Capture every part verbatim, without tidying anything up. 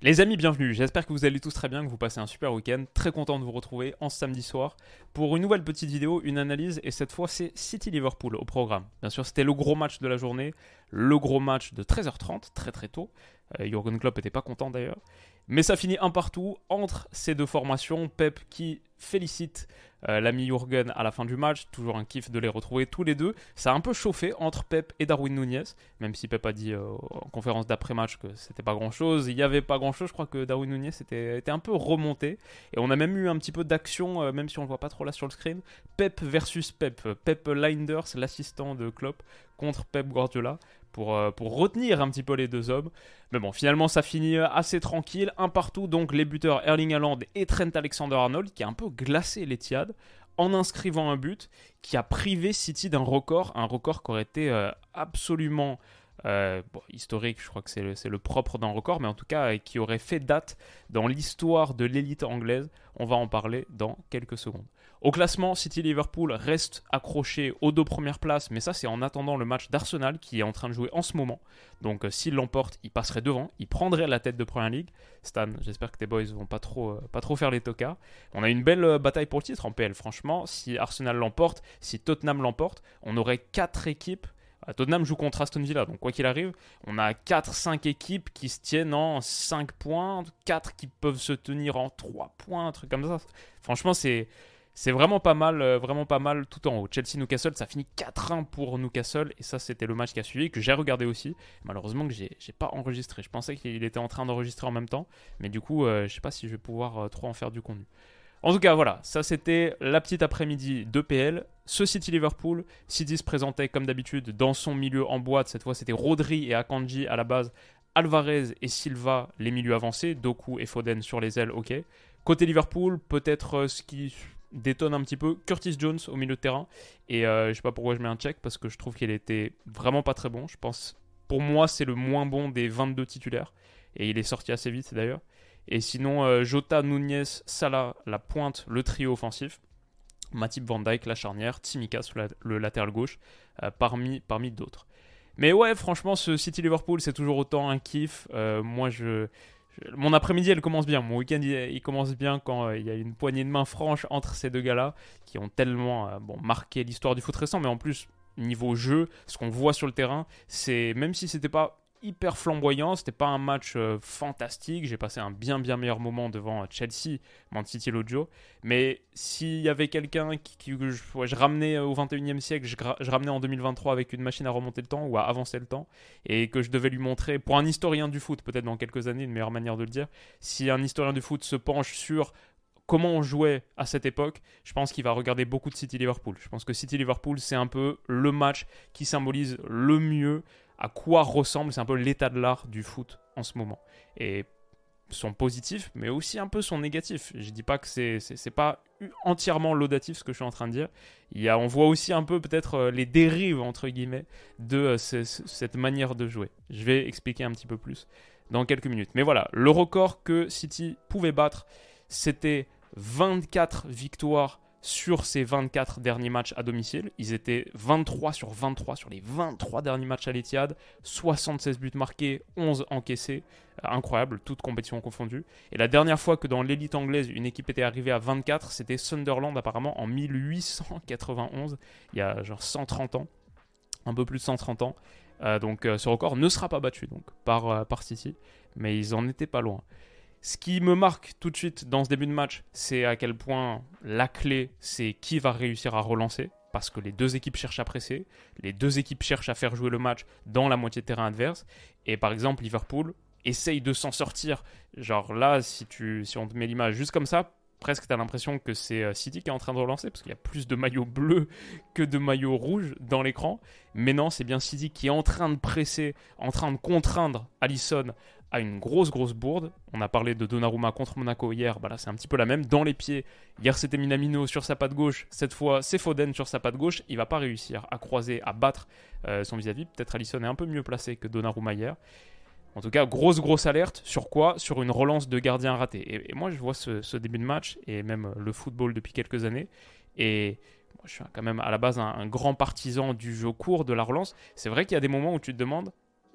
Les amis, bienvenue. J'espère que vous allez tous très bien, que vous passez un super week-end. Très content de vous retrouver en ce samedi soir pour une nouvelle petite vidéo, une analyse. Et cette fois, c'est City-Liverpool au programme. Bien sûr, c'était le gros match de la journée, le gros match de treize heures trente, très très tôt. Euh, Jürgen Klopp n'était pas content d'ailleurs. Mais ça finit un partout entre ces deux formations. Pep qui félicite euh, l'ami Jürgen à la fin du match. Toujours un kiff de les retrouver tous les deux. Ça a un peu chauffé entre Pep et Darwin Núñez. Même si Pep a dit euh, en conférence d'après-match que c'était pas grand-chose. Il n'y avait pas grand-chose. Je crois que Darwin Núñez était, était un peu remonté. Et on a même eu un petit peu d'action, euh, même si on le voit pas trop là sur le screen. Pep versus Pep. Pep Lijnders, l'assistant de Klopp, contre Pep Guardiola. Pour, euh, pour retenir un petit peu les deux hommes. Mais bon, finalement, ça finit assez tranquille. Un partout, donc les buteurs Erling Haaland et Trent Alexander-Arnold, qui a un peu glacé l'Etihad en inscrivant un but qui a privé City d'un record. Un record qui aurait été euh, absolument euh, bon, historique, je crois que c'est le, c'est le propre d'un record, mais en tout cas, euh, qui aurait fait date dans l'histoire de l'élite anglaise. On va en parler dans quelques secondes. Au classement, City-Liverpool reste accroché aux deux premières places, mais ça c'est en attendant le match d'Arsenal qui est en train de jouer en ce moment. Donc euh, s'il l'emporte, il passerait devant, il prendrait la tête de Premier League. Stan, j'espère que tes boys vont pas trop, euh, pas trop faire les tocards. On a une belle euh, bataille pour le titre en P L, franchement. Si Arsenal l'emporte, si Tottenham l'emporte, on aurait quatre équipes. Tottenham joue contre Aston Villa, donc quoi qu'il arrive, on a quatre cinq équipes qui se tiennent en cinq points, quatre qui peuvent se tenir en trois points, un truc comme ça. Franchement, c'est... C'est vraiment pas mal, euh, vraiment pas mal tout en haut. Chelsea-Newcastle, ça finit quatre un pour Newcastle. Et ça, c'était le match qui a suivi, que j'ai regardé aussi. Malheureusement, que j'ai, j'ai pas enregistré. Je pensais qu'il était en train d'enregistrer en même temps. Mais du coup, euh, je sais pas si je vais pouvoir euh, trop en faire du contenu. En tout cas, voilà. Ça, c'était la petite après-midi de P L. Ce City-Liverpool. City se présentait, comme d'habitude, dans son milieu en boîte. Cette fois, c'était Rodri et Akanji à la base. Alvarez et Silva, les milieux avancés. Doku et Foden sur les ailes, ok. Côté Liverpool, peut-être euh, ce qui détonne un petit peu, Curtis Jones au milieu de terrain. Et euh, je sais pas pourquoi je mets un check, parce que je trouve qu'il était vraiment pas très bon. Je pense, pour moi, c'est le moins bon des vingt-deux titulaires. Et il est sorti assez vite d'ailleurs. Et sinon, euh, Jota, Nunez, Salah, la pointe, le trio offensif. Matip, Van Dijk, la charnière. Tsimikas, le, le latéral gauche, euh, parmi, parmi d'autres. Mais ouais, franchement, ce City-Liverpool, c'est toujours autant un kiff. Euh, moi, je... Mon après-midi, elle commence bien. Mon week-end, il, il commence bien quand euh, il y a une poignée de main franche entre ces deux gars-là qui ont tellement euh, bon, marqué l'histoire du foot récent. Mais en plus, niveau jeu, ce qu'on voit sur le terrain, c'est même si c'était pas hyper flamboyant, c'était pas un match euh, fantastique. J'ai passé un bien bien meilleur moment devant euh, Chelsea, Man City l'autre jour. Mais s'il y avait quelqu'un qui, qui, que je, ouais, je ramenais au vingt et unième siècle, je, je ramenais en deux mille vingt-trois avec une machine à remonter le temps ou à avancer le temps, et que je devais lui montrer, pour un historien du foot, peut-être dans quelques années, une meilleure manière de le dire, si un historien du foot se penche sur comment on jouait à cette époque, je pense qu'il va regarder beaucoup de City-Liverpool. Je pense que City-Liverpool, c'est un peu le match qui symbolise le mieux à quoi ressemble, c'est un peu l'état de l'art du foot en ce moment. Et son positif, mais aussi un peu son négatif. Je dis pas que c'est, c'est, c'est pas entièrement laudatif ce que je suis en train de dire. Il y a, on voit aussi un peu peut-être euh, les dérives, entre guillemets, de euh, ce, ce, cette manière de jouer. Je vais expliquer un petit peu plus dans quelques minutes. Mais voilà, le record que City pouvait battre, c'était vingt-quatre victoires sur ces vingt-quatre derniers matchs à domicile. Ils étaient vingt-trois sur vingt-trois sur les vingt-trois derniers matchs à l'Etihad, soixante-seize buts marqués, onze encaissés, euh, incroyable, toutes compétitions confondues. Et la dernière fois que dans l'élite anglaise, une équipe était arrivée à vingt-quatre, c'était Sunderland apparemment en mille huit cent quatre-vingt-onze, il y a genre cent trente ans, un peu plus de cent trente ans. Euh, donc euh, ce record ne sera pas battu donc, par, euh, par City, mais ils en étaient pas loin. Ce qui me marque tout de suite dans ce début de match, c'est à quel point la clé, c'est qui va réussir à relancer. Parce que les deux équipes cherchent à presser, les deux équipes cherchent à faire jouer le match dans la moitié de terrain adverse. Et par exemple, Liverpool essaye de s'en sortir. Genre là, si, tu, si on te met l'image juste comme ça, presque tu as l'impression que c'est City qui est en train de relancer, parce qu'il y a plus de maillots bleus que de maillots rouges dans l'écran. Mais non, c'est bien City qui est en train de presser, en train de contraindre Alisson à une grosse grosse bourde. On a parlé de Donnarumma contre Monaco hier, bah là c'est un petit peu la même, dans les pieds. Hier c'était Minamino sur sa patte gauche, cette fois c'est Foden sur sa patte gauche. Il va pas réussir à croiser, à battre euh, son vis-à-vis. Peut-être Alisson est un peu mieux placé que Donnarumma hier. En tout cas, grosse grosse alerte sur quoi? Sur une relance de gardien raté. Et, et moi je vois ce, ce début de match, et même le football depuis quelques années, et moi, je suis quand même à la base un, un grand partisan du jeu court, de la relance. C'est vrai qu'il y a des moments où tu te demandes,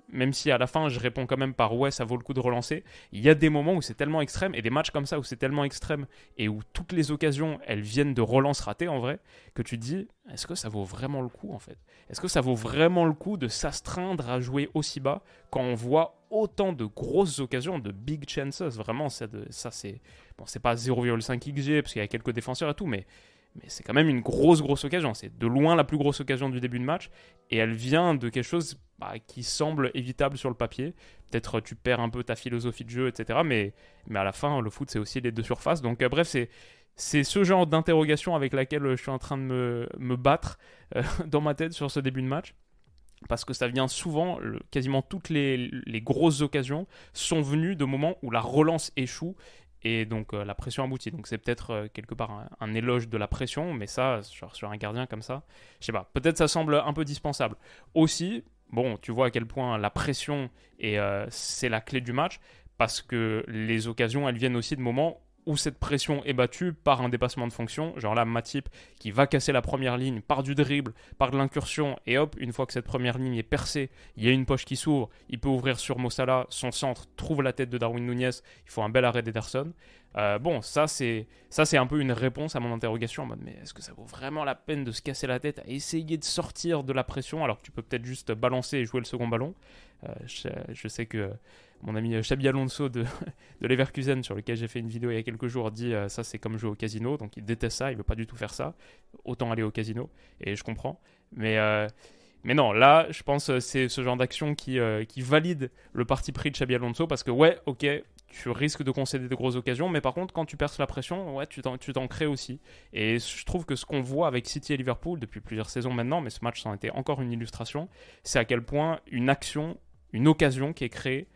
même si à la fin je réponds quand même par ouais, ça vaut le coup de relancer, il y a des moments où c'est tellement extrême, et des matchs comme ça où c'est tellement extrême, et où toutes les occasions, elles viennent de relances ratées en vrai, que tu te dis, est-ce que ça vaut vraiment le coup en fait? Est-ce que ça vaut vraiment le coup de s'astreindre à jouer aussi bas quand on voit autant de grosses occasions, de big chances? Vraiment, ça, de, ça c'est, bon, c'est pas zéro virgule cinq X G, parce qu'il y a quelques défenseurs et tout, mais Mais c'est quand même une grosse, grosse occasion. C'est de loin la plus grosse occasion du début de match. Et elle vient de quelque chose bah, qui semble évitable sur le papier. Peut-être tu perds un peu ta philosophie de jeu, et cetera. Mais, mais à la fin, le foot, c'est aussi les deux surfaces. Donc euh, bref, c'est, c'est ce genre d'interrogation avec laquelle je suis en train de me, me battre euh, dans ma tête sur ce début de match. Parce que ça vient souvent, le, quasiment toutes les, les grosses occasions sont venues de moments où la relance échoue et donc euh, la pression aboutit. Donc c'est peut-être euh, quelque part un, un éloge de la pression, mais ça, sur, sur un gardien comme ça, je sais pas, peut-être ça semble un peu dispensable. Aussi, bon, tu vois à quel point la pression, est, euh, c'est la clé du match, parce que les occasions, elles viennent aussi de moments où cette pression est battue par un dépassement de fonction. Genre là, Matip qui va casser la première ligne par du dribble, par de l'incursion, et hop, une fois que cette première ligne est percée, il y a une poche qui s'ouvre, il peut ouvrir sur Mo Salah, son centre trouve la tête de Darwin Núñez, il faut un bel arrêt d'Ederson. Euh, bon, ça c'est, ça c'est un peu une réponse à mon interrogation en mode mais est-ce que ça vaut vraiment la peine de se casser la tête à essayer de sortir de la pression alors que tu peux peut-être juste balancer et jouer le second ballon. euh, je, je sais que mon ami Xabi Alonso de, de Leverkusen, sur lequel j'ai fait une vidéo il y a quelques jours, dit euh, ça c'est comme jouer au casino, donc il déteste ça, il veut pas du tout faire ça, autant aller au casino, et je comprends. Mais, euh, mais non, là je pense que c'est ce genre d'action qui, euh, qui valide le parti pris de Xabi Alonso, parce que ouais, ok, tu risques de concéder de grosses occasions, mais par contre quand tu perces la pression, ouais, tu t'en, tu t'en crées aussi. Et je trouve que ce qu'on voit avec City et Liverpool depuis plusieurs saisons maintenant, mais ce match ça en était encore une illustration, c'est à quel point une action, une occasion qui est créée,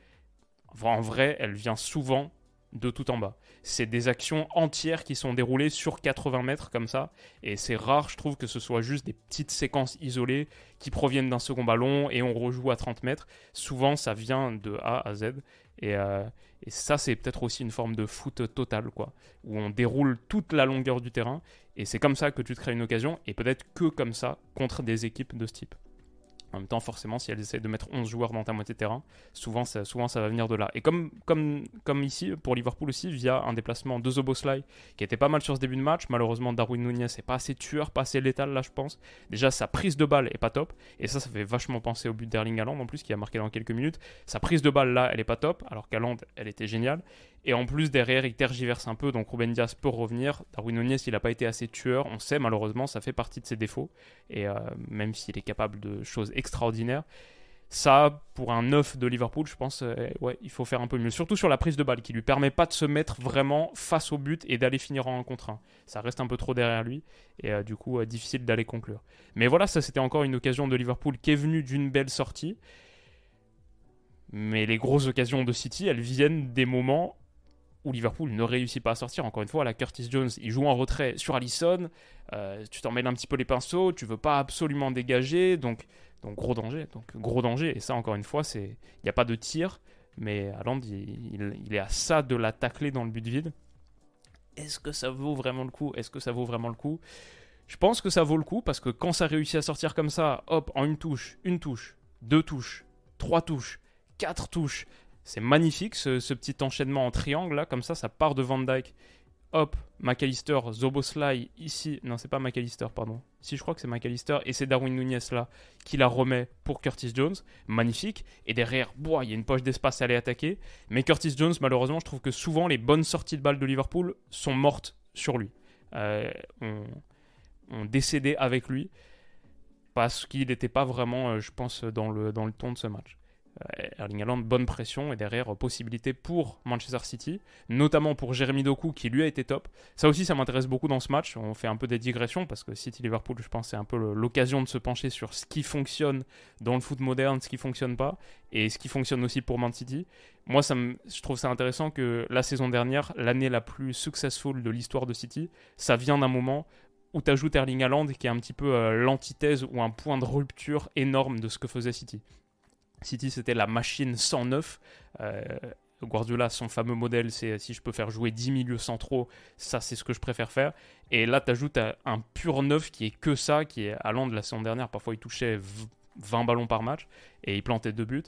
en vrai, elle vient souvent de tout en bas. C'est des actions entières qui sont déroulées sur quatre-vingts mètres comme ça. Et c'est rare, je trouve, que ce soit juste des petites séquences isolées qui proviennent d'un second ballon et on rejoue à trente mètres. Souvent, ça vient de A à Z. Et, euh, et ça, c'est peut-être aussi une forme de foot total, quoi, où on déroule toute la longueur du terrain. Et c'est comme ça que tu te crées une occasion. Et peut-être que comme ça contre des équipes de ce type. En même temps, forcément, si elles essaient de mettre onze joueurs dans ta moitié de terrain, souvent ça, souvent ça va venir de là. Et comme, comme, comme ici, pour Liverpool aussi, via un déplacement de Szoboszlai, qui était pas mal sur ce début de match. Malheureusement, Darwin Núñez n'est pas assez tueur, pas assez létal là, je pense. Déjà, sa prise de balle est pas top. Et ça, ça fait vachement penser au but d'Erling Haaland en plus, qui a marqué dans quelques minutes. Sa prise de balle là, elle est pas top, alors qu'Haaland, elle était géniale. Et en plus, derrière, il tergiverse un peu, donc Ruben Dias peut revenir. Darwin Núñez, il n'a pas été assez tueur. On sait, malheureusement, ça fait partie de ses défauts. Et euh, même s'il est capable de choses extraordinaires, ça, pour un neuf de Liverpool, je pense, euh, ouais, il faut faire un peu mieux. Surtout sur la prise de balle, qui lui permet pas de se mettre vraiment face au but et d'aller finir en un contre un. Ça reste un peu trop derrière lui, et euh, du coup, euh, difficile d'aller conclure. Mais voilà, ça, c'était encore une occasion de Liverpool qui est venue d'une belle sortie. Mais les grosses occasions de City, elles viennent des moments où Liverpool ne réussit pas à sortir. Encore une fois, la Curtis Jones, il joue en retrait sur Alisson, euh, tu t'en mêles un petit peu les pinceaux, tu veux pas absolument dégager, donc, donc gros danger, donc gros danger. Et ça, encore une fois, il n'y a pas de tir, mais Haaland, il, il, il est à ça de la tacler dans le but vide. Est-ce que ça vaut vraiment le coup? Est-ce que ça vaut vraiment le coup? Je pense que ça vaut le coup, parce que quand ça réussit à sortir comme ça, hop, en une touche, une touche, deux touches, trois touches, quatre touches, c'est magnifique ce, ce petit enchaînement en triangle là, comme ça, ça part de Van Dijk. Hop, McAllister, Szoboszlai ici. Non, c'est pas McAllister, pardon. Si, je crois que c'est McAllister et c'est Darwin Núñez là qui la remet pour Curtis Jones. Magnifique. Et derrière, boah, il y a une poche d'espace à aller attaquer. Mais Curtis Jones, malheureusement, je trouve que souvent les bonnes sorties de balles de Liverpool sont mortes sur lui. Euh, on, on décédait avec lui parce qu'il n'était pas vraiment, je pense, dans le, dans le ton de ce match. Erling Haaland, bonne pression et derrière possibilité pour Manchester City, notamment pour Jeremy Doku qui lui a été top. Ça aussi, ça m'intéresse beaucoup dans ce match. On fait un peu des digressions parce que City-Liverpool, je pense, c'est un peu l'occasion de se pencher sur ce qui fonctionne dans le foot moderne, ce qui fonctionne pas et ce qui fonctionne aussi pour Man City. Moi, ça me, je trouve ça intéressant que la saison dernière, l'année la plus successful de l'histoire de City, ça vient d'un moment où tu ajoutes Erling Haaland qui est un petit peu euh, l'antithèse ou un point de rupture énorme de ce que faisait City. City, c'était la machine cent neuf. Euh, Guardiola, son fameux modèle, c'est si je peux faire jouer dix milieux centraux, ça, c'est ce que je préfère faire. Et là, tu ajoutes un pur neuf qui est que ça, qui est Haaland de la saison dernière. Parfois, il touchait vingt ballons par match et il plantait deux buts.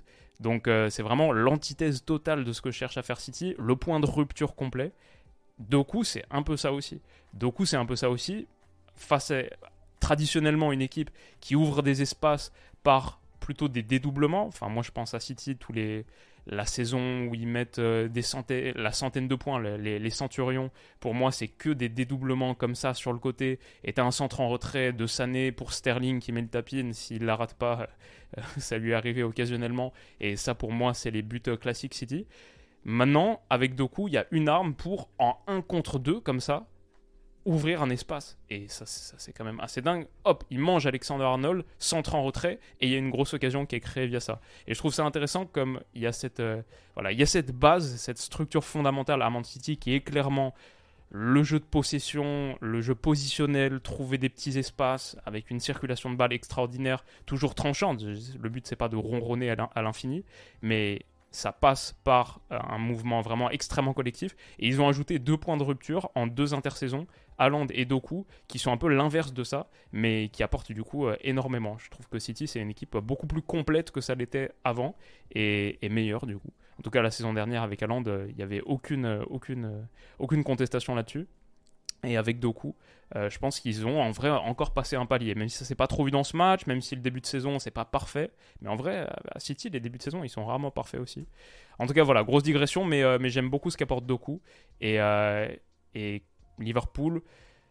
Donc euh, c'est vraiment l'antithèse totale de ce que cherche à faire City, le point de rupture complet. Doku, c'est un peu ça aussi. Doku, c'est un peu ça aussi. Face à traditionnellement une équipe qui ouvre des espaces par plutôt des dédoublements. Enfin, moi, je pense à City, tous les, la saison où ils mettent euh, des centaines, la centaine de points, les, les Centurions. Pour moi, c'est que des dédoublements comme ça sur le côté. Et t'as un centre en retrait de Sané pour Sterling qui met le tapin. S'il la rate pas, euh, ça lui est arrivé occasionnellement. Et ça, pour moi, c'est les buts euh, classiques City. Maintenant, avec Doku, il y a une arme pour, en un contre deux, comme ça, ouvrir un espace. Et ça, ça, c'est quand même assez dingue. Hop, il mange Alexander-Arnold, centre en retrait, et il y a une grosse occasion qui est créée via ça. Et je trouve ça intéressant comme il y a cette, euh, voilà, il y a cette base, cette structure fondamentale à Man City qui est clairement le jeu de possession, le jeu positionnel, trouver des petits espaces avec une circulation de balles extraordinaire, toujours tranchante. Le but, c'est pas de ronronner à l'infini, mais ça passe par un mouvement vraiment extrêmement collectif. Et ils ont ajouté deux points de rupture en deux intersaisons, Haaland et Doku, qui sont un peu l'inverse de ça, mais qui apportent du coup euh, énormément. Je trouve que City, c'est une équipe beaucoup plus complète que ça l'était avant, et, et meilleure du coup. En tout cas, la saison dernière, avec Haaland, il euh, n'y avait aucune, euh, aucune, euh, aucune contestation là-dessus. Et avec Doku, euh, je pense qu'ils ont en vrai encore passé un palier. Même si ça s'est pas trop vu dans ce match, même si le début de saison c'est pas parfait. Mais en vrai, à City, les débuts de saison ils sont rarement parfaits aussi. En tout cas, voilà, grosse digression, mais, euh, mais j'aime beaucoup ce qu'apporte Doku. Et, euh, et Liverpool,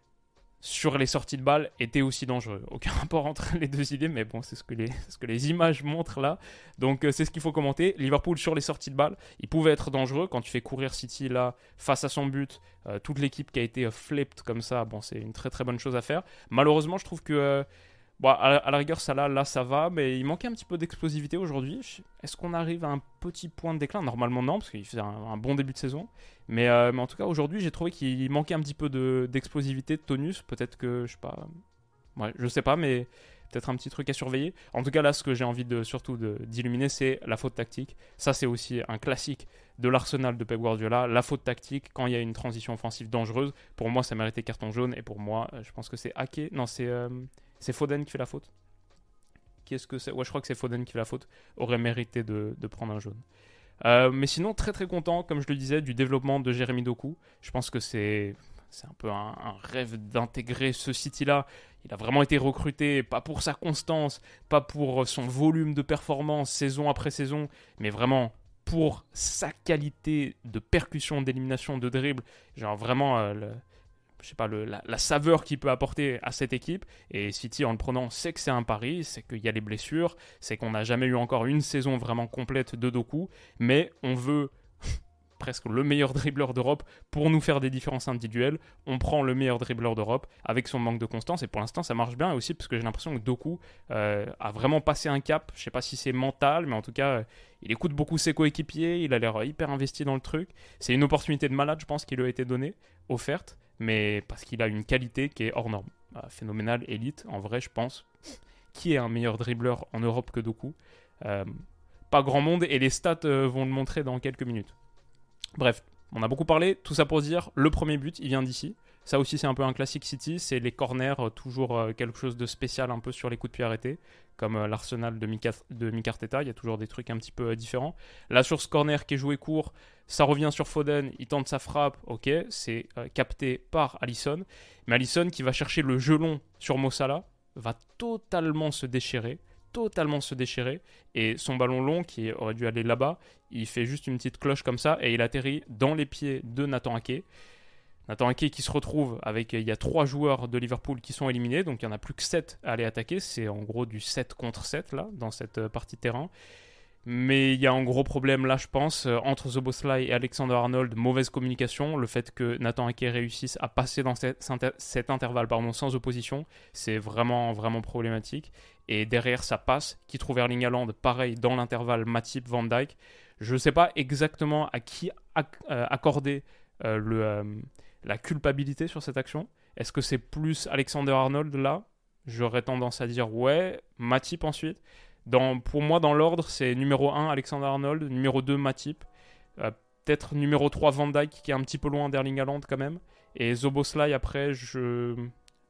sur les sorties de balles, était aussi dangereux. Aucun rapport entre les deux idées, mais bon, c'est ce que les, ce que les images montrent là. Donc euh, c'est ce qu'il faut commenter. Liverpool sur les sorties de balles, il pouvait être dangereux quand tu fais courir City là face à son but. Euh, toute l'équipe qui a été euh, flipped comme ça, bon, c'est une très très bonne chose à faire. Malheureusement, je trouve que euh, bon, à, la, à la rigueur, ça là, là, ça va, mais il manquait un petit peu d'explosivité aujourd'hui. Est-ce qu'on arrive à un petit point de déclin? Normalement, non, parce qu'il faisait un, un bon début de saison. Mais, euh, mais en tout cas, aujourd'hui, j'ai trouvé qu'il manquait un petit peu de, d'explosivité, de tonus. Peut-être que, je sais pas, ouais, je sais pas, mais peut-être un petit truc à surveiller. En tout cas, là, ce que j'ai envie de, surtout de, d'illuminer, c'est la faute tactique. Ça, c'est aussi un classique de l'arsenal de Pep Guardiola. La faute tactique, quand il y a une transition offensive dangereuse, pour moi, ça méritait carton jaune. Et pour moi, je pense que c'est Ake. Non, c'est, euh, c'est Foden qui fait la faute. Qu'est-ce que c'est? Ouais, je crois que c'est Foden qui fait la faute. Aurait mérité de, de prendre un jaune. Euh, mais sinon, très très content, comme je le disais, du développement de Jérémy Doku. Je pense que c'est, c'est un peu un, un rêve d'intégrer ce City-là. Il a vraiment été recruté, pas pour sa constance, pas pour son volume de performance saison après saison, mais vraiment pour sa qualité de percussion, d'élimination, de dribble. Genre vraiment, euh, le, je sais pas, le, la, la saveur qu'il peut apporter à cette équipe. Et City, en le prenant, sait que c'est un pari, c'est qu'il y a les blessures, c'est qu'on n'a jamais eu encore une saison vraiment complète de Doku, mais on veut presque le meilleur dribbleur d'Europe pour nous faire des différences individuelles. On prend le meilleur dribbleur d'Europe avec son manque de constance, et pour l'instant ça marche bien, et aussi parce que j'ai l'impression que Doku euh, a vraiment passé un cap. Je sais pas si c'est mental, mais en tout cas euh, il écoute beaucoup ses coéquipiers, il a l'air hyper investi dans le truc. C'est une opportunité de malade, je pense, qui lui a été donnée, offerte, mais parce qu'il a une qualité qui est hors norme, euh, phénoménale, élite. En vrai, je pense, qui est un meilleur dribbleur en Europe que Doku? euh, Pas grand monde, et les stats euh, vont le montrer dans quelques minutes. Bref, on a beaucoup parlé, tout ça pour dire, le premier but, il vient d'ici. Ça aussi, c'est un peu un classique City, c'est les corners, euh, toujours euh, quelque chose de spécial un peu sur les coups de pied arrêtés, comme euh, l'arsenal de Mika, de Mika Arteta, il y a toujours des trucs un petit peu euh, différents. Là, sur ce corner qui est joué court, ça revient sur Foden, il tente sa frappe, ok, c'est euh, capté par Alisson, mais Alisson qui va chercher le gelon sur Mo Salah, va totalement se déchirer, totalement se déchirer, et son ballon long qui aurait dû aller là-bas, il fait juste une petite cloche comme ça et il atterrit dans les pieds de Nathan Ake. Nathan Ake qui se retrouve avec, il y a trois joueurs de Liverpool qui sont éliminés, donc il n'y en a plus que sept à aller attaquer, c'est en gros du sept contre sept là, dans cette partie de terrain. Mais il y a un gros problème là, je pense, entre Szoboszlai et Alexander-Arnold, mauvaise communication. Le fait que Nathan Ake réussisse à passer dans cet, cet intervalle pardon, sans opposition, c'est vraiment, vraiment problématique. Et derrière, ça passe. Qui trouve Erling Haaland, pareil, dans l'intervalle Matip, Van Dijk. Je ne sais pas exactement à qui ac- euh, accorder euh, le, euh, la culpabilité sur cette action. Est-ce que c'est plus Alexander-Arnold là? J'aurais tendance à dire ouais. Matip ensuite. Dans, pour moi, dans l'ordre, c'est numéro un, Alexander-Arnold, numéro deux, Matip, euh, peut-être numéro trois, Van Dijk, qui est un petit peu loin d'Erling Haaland quand même, et Szoboszlai, après, je...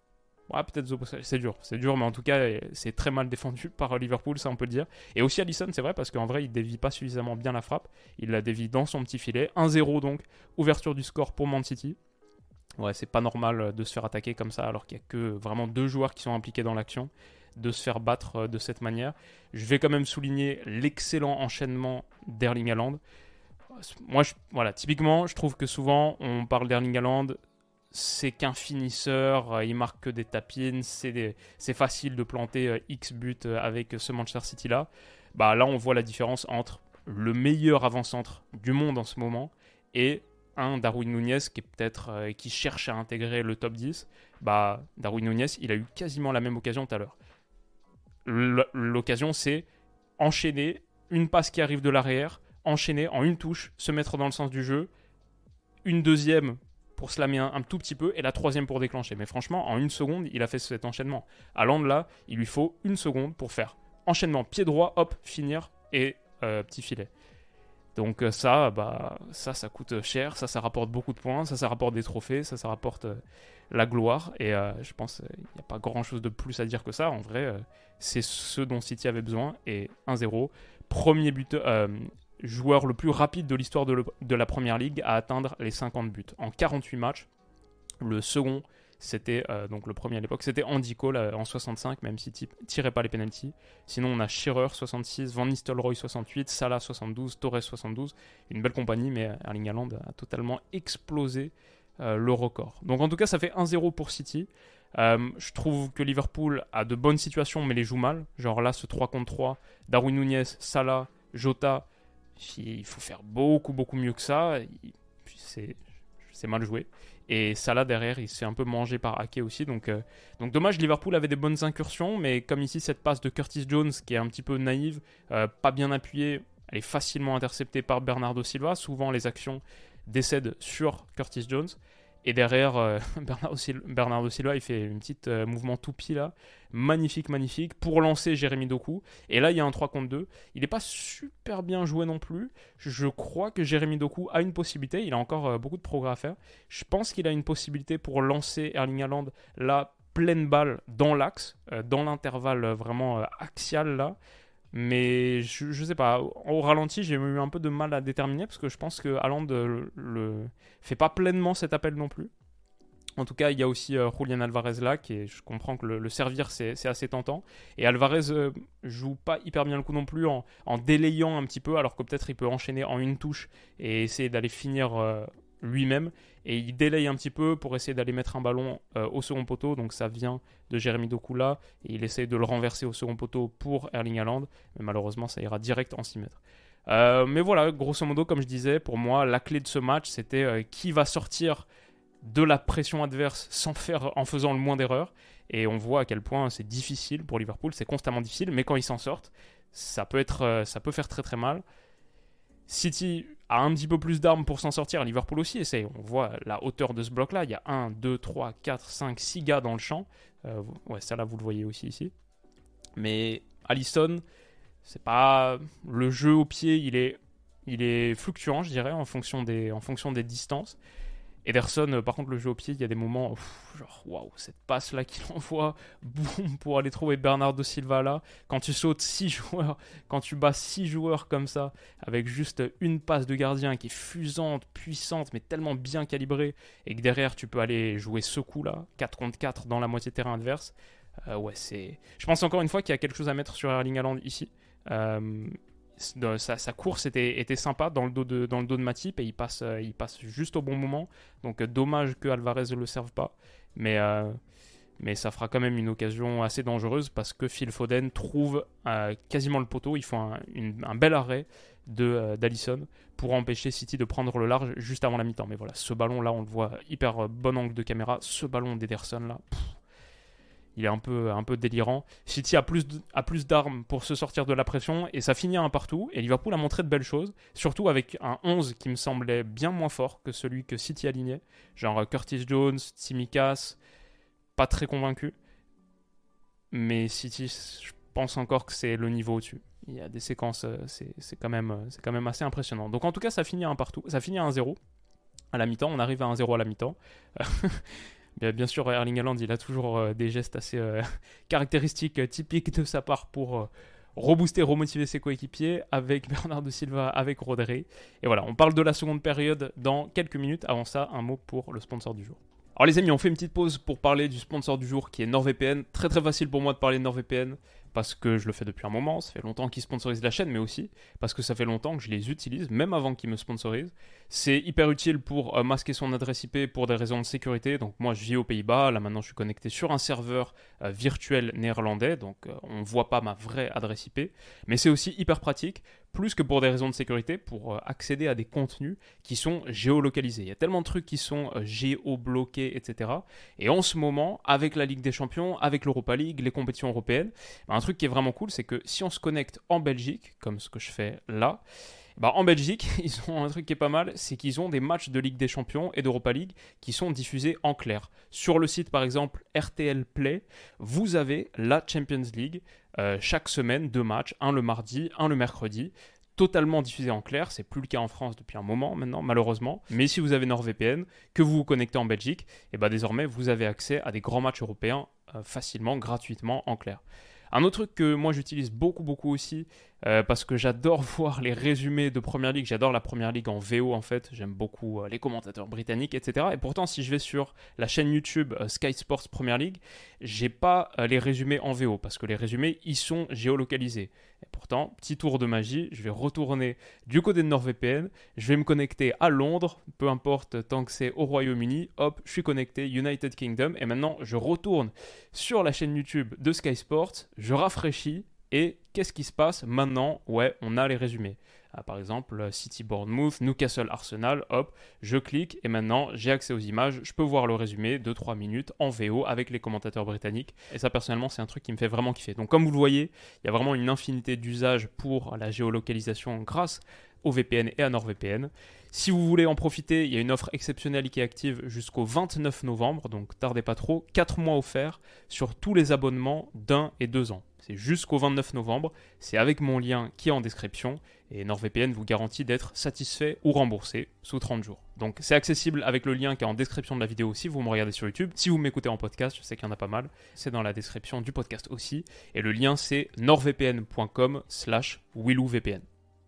Ouais, peut-être Szoboszlai, c'est dur, c'est dur, mais en tout cas, c'est très mal défendu par Liverpool, ça on peut le dire. Et aussi Alisson, c'est vrai, parce qu'en vrai, il dévie pas suffisamment bien la frappe. Il la dévie dans son petit filet. un zéro donc, ouverture du score pour Man City. Ouais, c'est pas normal de se faire attaquer comme ça, alors qu'il n'y a que vraiment deux joueurs qui sont impliqués dans l'action, de se faire battre de cette manière. Je vais quand même souligner l'excellent enchaînement d'Erling Haaland. Moi, je, voilà, typiquement, je trouve que souvent, on parle d'Erling Haaland, c'est qu'un finisseur, il marque que des tapines, c'est, des, c'est facile de planter X buts avec ce Manchester City-là. Bah, là, on voit la différence entre le meilleur avant-centre du monde en ce moment et un Darwin Núñez qui est peut-être euh, qui cherche à intégrer le top dix. Bah, Darwin Núñez, il a eu quasiment la même occasion tout à l'heure. L- l'occasion, c'est enchaîner une passe qui arrive de l'arrière, enchaîner en une touche, se mettre dans le sens du jeu, une deuxième pour slammer un, un tout petit peu et la troisième pour déclencher. Mais franchement, en une seconde, il a fait cet enchaînement. Haaland, là, il lui faut une seconde pour faire enchaînement, pied droit, hop, finir et euh, petit filet. Donc ça, bah, ça, ça coûte cher, ça, ça rapporte beaucoup de points, ça, ça rapporte des trophées, ça, ça rapporte euh, la gloire. Et euh, je pense qu'il n'y a pas grand-chose de plus à dire que ça. En vrai, euh, c'est ce dont City avait besoin. Et un zéro, premier buteur, euh, joueur le plus rapide de l'histoire de, le, de la Première Ligue à atteindre les cinquante buts. En quarante-huit matchs, le second, c'était, euh, donc le premier à l'époque, c'était Andy Cole euh, en soixante-cinq, même s'il ne tirait pas les pénaltys. Sinon, on a Shearer soixante-six, Van Nistelrooy soixante-huit, Salah soixante-douze, Torres soixante-douze. Une belle compagnie, mais Erling Haaland a totalement explosé euh, le record. Donc en tout cas, ça fait un zéro pour City. Euh, je trouve que Liverpool a de bonnes situations, mais les joue mal. Genre là, ce trois contre trois, Darwin Núñez, Salah, Jota, il faut faire beaucoup, beaucoup mieux que ça. C'est, c'est mal joué. Et Salah derrière, il s'est un peu mangé par Ake aussi. Donc, euh, donc dommage, Liverpool avait des bonnes incursions. Mais comme ici, cette passe de Curtis Jones qui est un petit peu naïve, euh, pas bien appuyée, elle est facilement interceptée par Bernardo Silva. Souvent, les actions décèdent sur Curtis Jones. Et derrière, euh, Bernardo, Sil- Bernardo Silva, il fait un petit euh, mouvement toupie là. Magnifique, magnifique. Pour lancer Jérémy Doku. Et là, il y a un trois contre deux. Il n'est pas super bien joué non plus. Je crois que Jérémy Doku a une possibilité. Il a encore euh, beaucoup de progrès à faire. Je pense qu'il a une possibilité pour lancer Erling Haaland là, pleine balle dans l'axe, euh, dans l'intervalle euh, vraiment euh, axial là. Mais je, ne sais pas, au ralenti, j'ai eu un peu de mal à déterminer parce que je pense que Haaland le, le fait pas pleinement cet appel non plus. En tout cas, il y a aussi euh, Julian Alvarez là, qui est, je comprends que le, le servir c'est, c'est assez tentant. Et Alvarez euh, joue pas hyper bien le coup non plus en, en délayant un petit peu, alors que peut-être il peut enchaîner en une touche et essayer d'aller finir euh, lui-même. Et il délaye un petit peu pour essayer d'aller mettre un ballon euh, au second poteau. Donc ça vient de Jérémy Doku là. Et il essaye de le renverser au second poteau pour Erling Haaland. Mais malheureusement, ça ira direct en six mètres. Euh, mais voilà, grosso modo, comme je disais, pour moi, la clé de ce match, c'était euh, qui va sortir de la pression adverse sans faire, en faisant le moins d'erreurs. Et on voit à quel point c'est difficile pour Liverpool. C'est constamment difficile. Mais quand ils s'en sortent, ça peut, être, euh, ça peut faire très très mal. City a un petit peu plus d'armes pour s'en sortir. Liverpool aussi essaye. On voit la hauteur de ce bloc-là. Il y a un, deux, trois, quatre, cinq, six gars dans le champ. Euh, ouais, ça là, vous le voyez aussi ici. Mais Alisson, c'est pas... Le jeu au pied, il est, il est fluctuant, je dirais, en fonction des, en fonction des distances. Ederson, par contre, le jeu au pied, il y a des moments, pff, genre, waouh, cette passe-là qu'il envoie, boum, pour aller trouver Bernardo Silva là. Quand tu sautes six joueurs, quand tu bats six joueurs comme ça, avec juste une passe de gardien qui est fusante, puissante, mais tellement bien calibrée, et que derrière, tu peux aller jouer ce coup-là, quatre contre quatre dans la moitié de terrain adverse. Euh, ouais, c'est... Je pense encore une fois qu'il y a quelque chose à mettre sur Erling Haaland ici. Euh... Sa, sa course était, était sympa dans le dos de, dans le dos de Matip et il passe, euh, il passe juste au bon moment. Donc euh, dommage que Alvarez ne le serve pas. Mais, euh, mais ça fera quand même une occasion assez dangereuse parce que Phil Foden trouve euh, quasiment le poteau. Il faut un, une, un bel arrêt de, euh, d'Alisson pour empêcher City de prendre le large juste avant la mi-temps. Mais voilà, ce ballon-là, on le voit hyper bon angle de caméra. Ce ballon d'Ederson là... Pff, il est un peu, un peu délirant. City a plus, de, a plus d'armes pour se sortir de la pression et ça finit un partout. Et Liverpool a montré de belles choses, surtout avec un onze qui me semblait bien moins fort que celui que City alignait. Genre Curtis Jones, Tsimikas, pas très convaincu. Mais City, je pense encore que c'est le niveau au-dessus. Il y a des séquences, c'est, c'est, quand même, c'est quand même assez impressionnant. Donc en tout cas, ça finit un partout. Ça finit à un zéro à la mi-temps. On arrive à un zéro à la mi-temps. Bien, bien sûr, Erling Haaland, il a toujours euh, des gestes assez euh, caractéristiques, euh, typiques de sa part pour euh, rebooster, remotiver ses coéquipiers avec Bernardo Silva, avec Rodri. Et voilà, on parle de la seconde période dans quelques minutes. Avant ça, un mot pour le sponsor du jour. Alors les amis, on fait une petite pause pour parler du sponsor du jour qui est NordVPN. Très très facile pour moi de parler de NordVPN parce que je le fais depuis un moment. Ça fait longtemps qu'ils sponsorisent la chaîne, mais aussi parce que ça fait longtemps que je les utilise, même avant qu'ils me sponsorisent. C'est hyper utile pour euh, masquer son adresse I P pour des raisons de sécurité. Donc moi je vis aux Pays-Bas, là maintenant je suis connecté sur un serveur euh, virtuel néerlandais, donc euh, on ne voit pas ma vraie adresse I P. Mais c'est aussi hyper pratique, plus que pour des raisons de sécurité, pour euh, accéder à des contenus qui sont géolocalisés. Il y a tellement de trucs qui sont euh, géobloqués, et cetera. Et en ce moment, avec la Ligue des Champions, avec l'Europa League, les compétitions européennes, bah, un truc qui est vraiment cool, c'est que si on se connecte en Belgique, comme ce que je fais là, bah, en Belgique, ils ont un truc qui est pas mal, c'est qu'ils ont des matchs de Ligue des Champions et d'Europa League qui sont diffusés en clair. Sur le site, par exemple, R T L Play, vous avez la Champions League, euh, chaque semaine, deux matchs, un le mardi, un le mercredi, totalement diffusé en clair. C'est plus le cas en France depuis un moment maintenant, malheureusement. Mais si vous avez NordVPN, que vous vous connectez en Belgique, et bah désormais, vous avez accès à des grands matchs européens euh, facilement, gratuitement, en clair. Un autre truc que moi j'utilise beaucoup beaucoup aussi euh, parce que j'adore voir les résumés de Premier League, j'adore la Premier League en V O en fait, j'aime beaucoup euh, les commentateurs britanniques, et cetera. Et pourtant si je vais sur la chaîne YouTube euh, Sky Sports Premier League, j'ai pas euh, les résumés en V O parce que les résumés ils sont géolocalisés. Et pourtant, petit tour de magie, je vais retourner du côté de NordVPN, je vais me connecter à Londres, peu importe tant que c'est au Royaume-Uni, hop, je suis connecté United Kingdom et maintenant je retourne sur la chaîne YouTube de Sky Sports, je rafraîchis et qu'est-ce qui se passe maintenant? Ouais, on a les résumés. Ah, par exemple, City Bournemouth, Newcastle Arsenal, hop, je clique et maintenant j'ai accès aux images, je peux voir le résumé de trois minutes en V O avec les commentateurs britanniques. Et ça personnellement c'est un truc qui me fait vraiment kiffer. Donc comme vous le voyez, il y a vraiment une infinité d'usages pour la géolocalisation grâce au V P N et à NordVPN. Si vous voulez en profiter, il y a une offre exceptionnelle qui est active jusqu'au vingt-neuf novembre, donc tardez pas trop, quatre mois offerts sur tous les abonnements d'un et deux ans. C'est jusqu'au vingt-neuf novembre, c'est avec mon lien qui est en description et NordVPN vous garantit d'être satisfait ou remboursé sous trente jours. Donc c'est accessible avec le lien qui est en description de la vidéo si vous me regardez sur YouTube. Si vous m'écoutez en podcast, je sais qu'il y en a pas mal, c'est dans la description du podcast aussi. Et le lien c'est nordvpn.com slash willouvpn.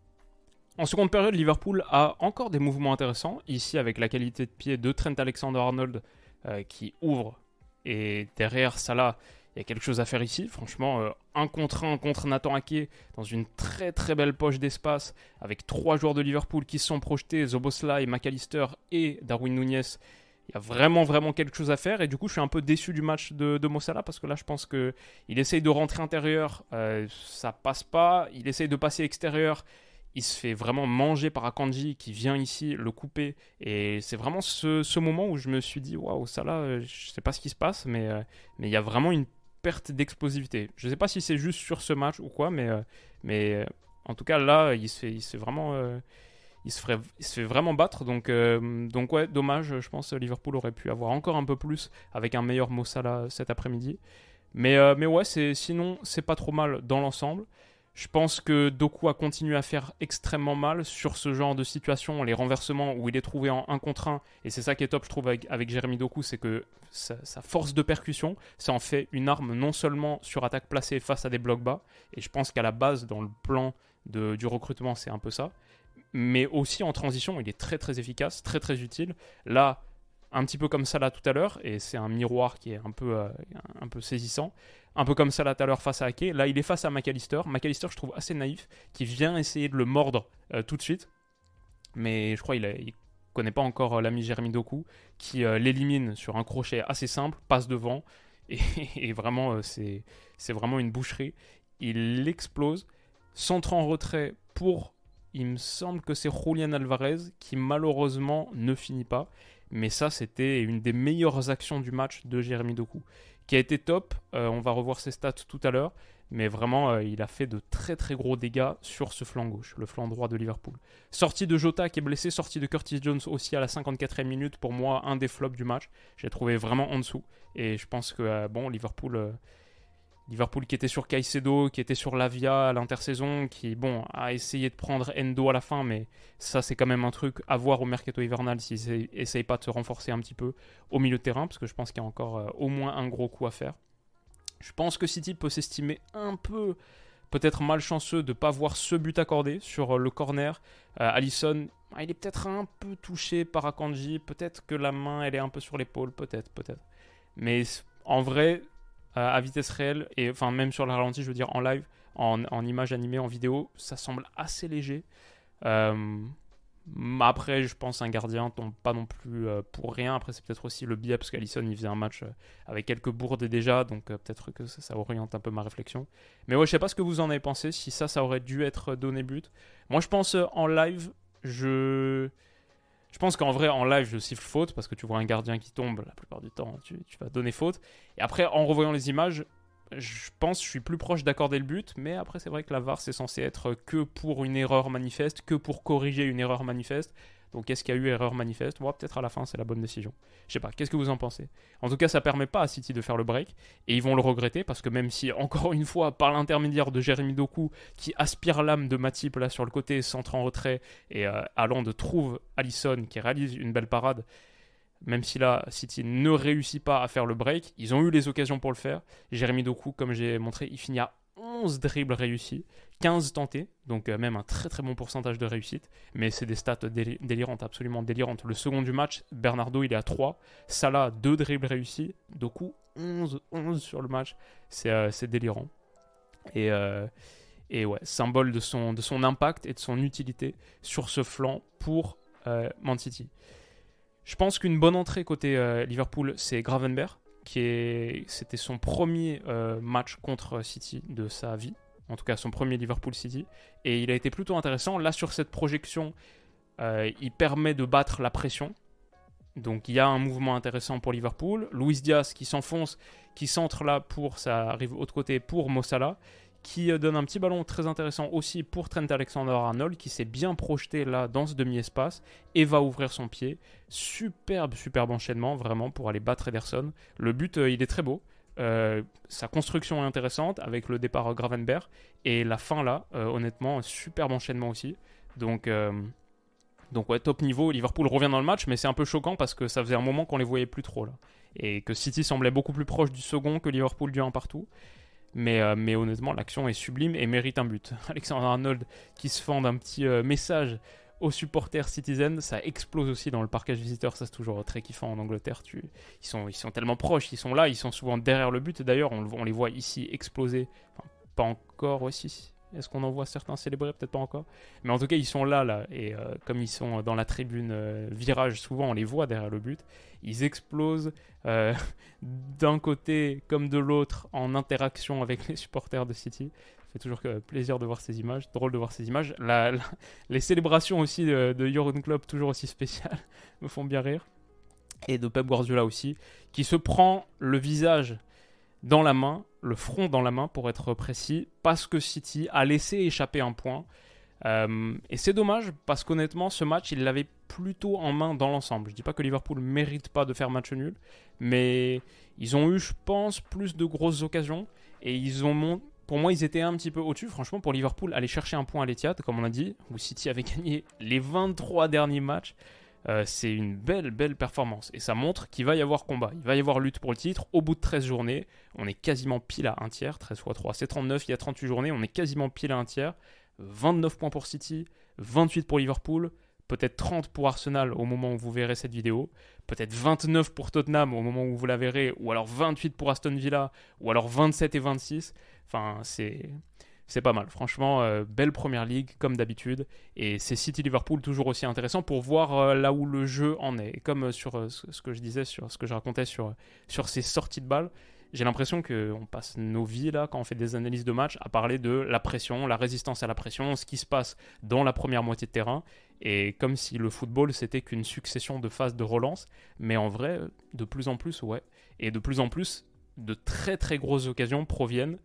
En seconde période, Liverpool a encore des mouvements intéressants, ici avec la qualité de pied de Trent Alexander-Arnold euh, qui ouvre, et derrière Salah, il y a quelque chose à faire ici. Franchement, euh, un contre un contre Nathan Ake dans une très très belle poche d'espace avec trois joueurs de Liverpool qui se sont projetés, Szoboszlai, McAllister et Darwin Núñez. Il y a vraiment vraiment quelque chose à faire et du coup je suis un peu déçu du match de, de Mo Salah parce que là je pense qu'il essaye de rentrer intérieur, euh, ça passe pas, il essaye de passer extérieur. Il se fait vraiment manger par Akanji qui vient ici le couper. Et c'est vraiment ce, ce moment où je me suis dit, waouh, Salah, je ne sais pas ce qui se passe, mais euh, mais il y a vraiment une perte d'explosivité. Je ne sais pas si c'est juste sur ce match ou quoi, mais, euh, mais euh, en tout cas là, il se fait, il se fait, vraiment, euh, il se ferait, il se fait vraiment battre. Donc, euh, donc ouais, dommage, je pense que Liverpool aurait pu avoir encore un peu plus avec un meilleur Mo Salah cet après-midi. Mais, euh, mais ouais, c'est, sinon, c'est pas trop mal dans l'ensemble. Je pense que Doku a continué à faire extrêmement mal sur ce genre de situation, les renversements où il est trouvé en un contre un. Et c'est ça qui est top, je trouve, avec, avec Jérémy Doku, c'est que sa, sa force de percussion, ça en fait une arme non seulement sur attaque placée face à des blocs bas, et je pense qu'à la base, dans le plan de, du recrutement, c'est un peu ça, mais aussi en transition, il est très très efficace, très très utile. Là, un petit peu comme ça là tout à l'heure, et c'est un miroir qui est un peu, euh, un peu saisissant. Un peu comme ça là tout à l'heure face à Ake. Là, il est face à McAllister. McAllister, je trouve assez naïf, qui vient essayer de le mordre euh, tout de suite. Mais je crois qu'il ne connaît pas encore euh, l'ami Jérémy Doku, qui euh, l'élimine sur un crochet assez simple, passe devant. Et, et vraiment, euh, c'est, c'est vraiment une boucherie. Il l'explose, centre en retrait pour, il me semble que c'est Julián Alvarez, qui malheureusement ne finit pas. Mais ça, c'était une des meilleures actions du match de Jérémy Doku, qui a été top. Euh, on va revoir ses stats tout à l'heure, mais vraiment, euh, il a fait de très très gros dégâts sur ce flanc gauche, le flanc droit de Liverpool. Sortie de Jota qui est blessé, sortie de Curtis Jones aussi à la cinquante-quatrième minute, pour moi, un des flops du match. J'ai trouvé vraiment en dessous, et je pense que, euh, bon, Liverpool, euh, Liverpool qui était sur Caicedo, qui était sur Lavia à l'intersaison, qui bon a essayé de prendre Endo à la fin, mais ça c'est quand même un truc à voir au mercato hivernal s'ils essayent pas de se renforcer un petit peu au milieu de terrain, parce que je pense qu'il y a encore euh, au moins un gros coup à faire. Je pense que City peut s'estimer un peu peut-être malchanceux de ne pas voir ce but accordé sur euh, le corner. Euh, Alisson, il est peut-être un peu touché par Akanji, peut-être que la main elle est un peu sur l'épaule, peut-être, peut-être. Mais en vrai, euh, à vitesse réelle, et enfin même sur le ralenti, je veux dire en live, en, en image animée, en vidéo, ça semble assez léger. Euh, après, je pense un gardien tombe pas non plus euh, pour rien. Après, c'est peut-être aussi le biais, parce qu'Alisson, il faisait un match euh, avec quelques bourdes déjà, donc euh, peut-être que ça, ça oriente un peu ma réflexion. Mais ouais, je sais pas ce que vous en avez pensé, si ça, ça aurait dû être donné but. Moi, je pense euh, en live, je... Je pense qu'en vrai, en live, je siffle faute parce que tu vois un gardien qui tombe, la plupart du temps, tu, tu vas donner faute. Et après, en revoyant les images, je pense que je suis plus proche d'accorder le but. Mais après, c'est vrai que la V A R, c'est censé être que pour une erreur manifeste, que pour corriger une erreur manifeste. Donc, est-ce qu'il y a eu erreur manifeste ? Bon, peut-être à la fin, c'est la bonne décision. Je sais pas, qu'est-ce que vous en pensez ? En tout cas, ça permet pas à City de faire le break. Et ils vont le regretter parce que même si, encore une fois, par l'intermédiaire de Jérémy Doku, qui aspire l'âme de Matip là sur le côté, centre en retrait, et euh, Haaland trouve Alisson qui réalise une belle parade, même si là, City ne réussit pas à faire le break, ils ont eu les occasions pour le faire. Jérémy Doku, comme j'ai montré, il finit à onze dribbles réussis, quinze tentés, donc euh, même un très très bon pourcentage de réussite, mais c'est des stats déli- délirantes, absolument délirantes. Le second du match, Bernardo, il est à trois, Salah, deux dribbles réussis, Doku, onze, onze sur le match, c'est, euh, c'est délirant. Et, euh, et ouais, symbole de son, de son impact et de son utilité sur ce flanc pour euh, Man City. Je pense qu'une bonne entrée côté euh, Liverpool, c'est Gravenberch, qui est, c'était son premier euh, match contre City de sa vie, en tout cas son premier Liverpool City, et il a été plutôt intéressant. Là, sur cette projection, euh, il permet de battre la pression, donc il y a un mouvement intéressant pour Liverpool. Luis Diaz qui s'enfonce, qui centre là pour, ça arrive autre côté pour Mo Salah, qui donne un petit ballon très intéressant aussi pour Trent Alexander-Arnold, qui s'est bien projeté là dans ce demi-espace et va ouvrir son pied. Superbe, superbe enchaînement vraiment pour aller battre Ederson. Le but, euh, il est très beau. Euh, sa construction est intéressante avec le départ Gravenberch et la fin là, euh, honnêtement, superbe enchaînement aussi. Donc, euh, donc ouais, top niveau. Liverpool revient dans le match, mais c'est un peu choquant parce que ça faisait un moment qu'on les voyait plus trop là et que City semblait beaucoup plus proche du second que Liverpool du un partout. Mais, euh, mais honnêtement, l'action est sublime et mérite un but. Alexander-Arnold qui se fend d'un petit euh, message aux supporters Citizen, ça explose aussi dans le parquage visiteur, ça c'est toujours très kiffant en Angleterre. Tu, ils, sont, ils sont tellement proches, ils sont là, ils sont souvent derrière le but. D'ailleurs, on, on les voit ici exploser. Enfin, pas encore, ouais, si, si. Est-ce qu'on en voit certains célébrer ? Peut-être pas encore. Mais en tout cas, ils sont là, là. Et euh, comme ils sont dans la tribune euh, virage, souvent on les voit derrière le but. Ils explosent euh, d'un côté comme de l'autre en interaction avec les supporters de City. Ça fait toujours que plaisir de voir ces images. Drôle de voir ces images. La, la, les célébrations aussi de, de Jürgen Klopp, toujours aussi spéciales, me font bien rire. Et de Pep Guardiola aussi, qui se prend le visage dans la main, le front dans la main pour être précis, parce que City a laissé échapper un point. Euh, et c'est dommage parce qu'honnêtement, ce match, il l'avait plutôt en main dans l'ensemble. Je ne dis pas que Liverpool ne mérite pas de faire match nul, mais ils ont eu, je pense, plus de grosses occasions. Et ils ont mont... pour moi, ils étaient un petit peu au-dessus. Franchement, pour Liverpool, aller chercher un point à l'Etihad, comme on a dit, où City avait gagné les vingt-trois derniers matchs, Euh, c'est une belle, belle performance. Et ça montre qu'il va y avoir combat. Il va y avoir lutte pour le titre. Au bout de treize journées, on est quasiment pile à un tiers. treize fois trois, c'est trente-neuf. Il y a trente-huit journées, on est quasiment pile à un tiers. vingt-neuf points pour City, vingt-huit pour Liverpool, peut-être trente pour Arsenal au moment où vous verrez cette vidéo, peut-être vingt-neuf pour Tottenham au moment où vous la verrez, ou alors vingt-huit pour Aston Villa, ou alors vingt-sept et vingt-six. Enfin, c'est... C'est pas mal, franchement, euh, belle première ligue comme d'habitude, et c'est City-Liverpool toujours aussi intéressant pour voir euh, là où le jeu en est. Et comme euh, sur euh, ce que je disais, sur ce que je racontais sur, sur ces sorties de balles, j'ai l'impression qu'on passe nos vies là, quand on fait des analyses de match, à parler de la pression, la résistance à la pression, ce qui se passe dans la première moitié de terrain, et comme si le football c'était qu'une succession de phases de relance, mais en vrai, de plus en plus, ouais, et de plus en plus, de très très grosses occasions proviennent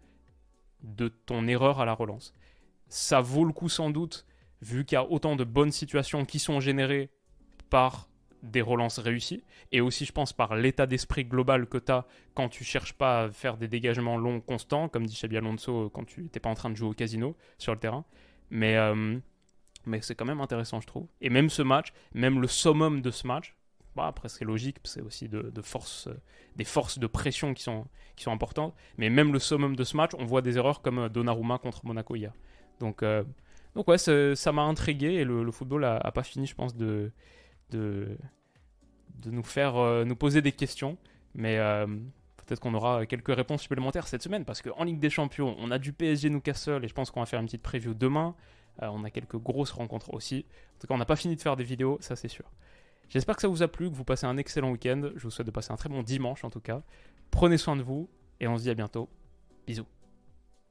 de ton erreur à la relance. Ça vaut le coup sans doute, vu qu'il y a autant de bonnes situations qui sont générées par des relances réussies, et aussi je pense par l'état d'esprit global que tu as quand tu cherches pas à faire des dégagements longs constants, comme dit Xabi Alonso quand tu n'es pas en train de jouer au casino sur le terrain. Mais, euh, mais c'est quand même intéressant, je trouve. Et même ce match, même le summum de ce match, bah, après c'est logique, c'est aussi de, de force, euh, des forces de pression qui sont, qui sont importantes, mais même le summum de ce match, on voit des erreurs comme Donnarumma contre Monaco hier. Donc, euh, donc ouais, ça m'a intrigué, et le, le football a, a pas fini, je pense, de... de de nous faire euh, nous poser des questions, mais euh, peut-être qu'on aura quelques réponses supplémentaires cette semaine, parce qu'en Ligue des Champions, on a du P S G Newcastle, et je pense qu'on va faire une petite preview demain. Euh, on a quelques grosses rencontres aussi. En tout cas, on n'a pas fini de faire des vidéos, ça c'est sûr. J'espère que ça vous a plu, que vous passez un excellent week-end. Je vous souhaite de passer un très bon dimanche en tout cas. Prenez soin de vous, et on se dit à bientôt. Bisous.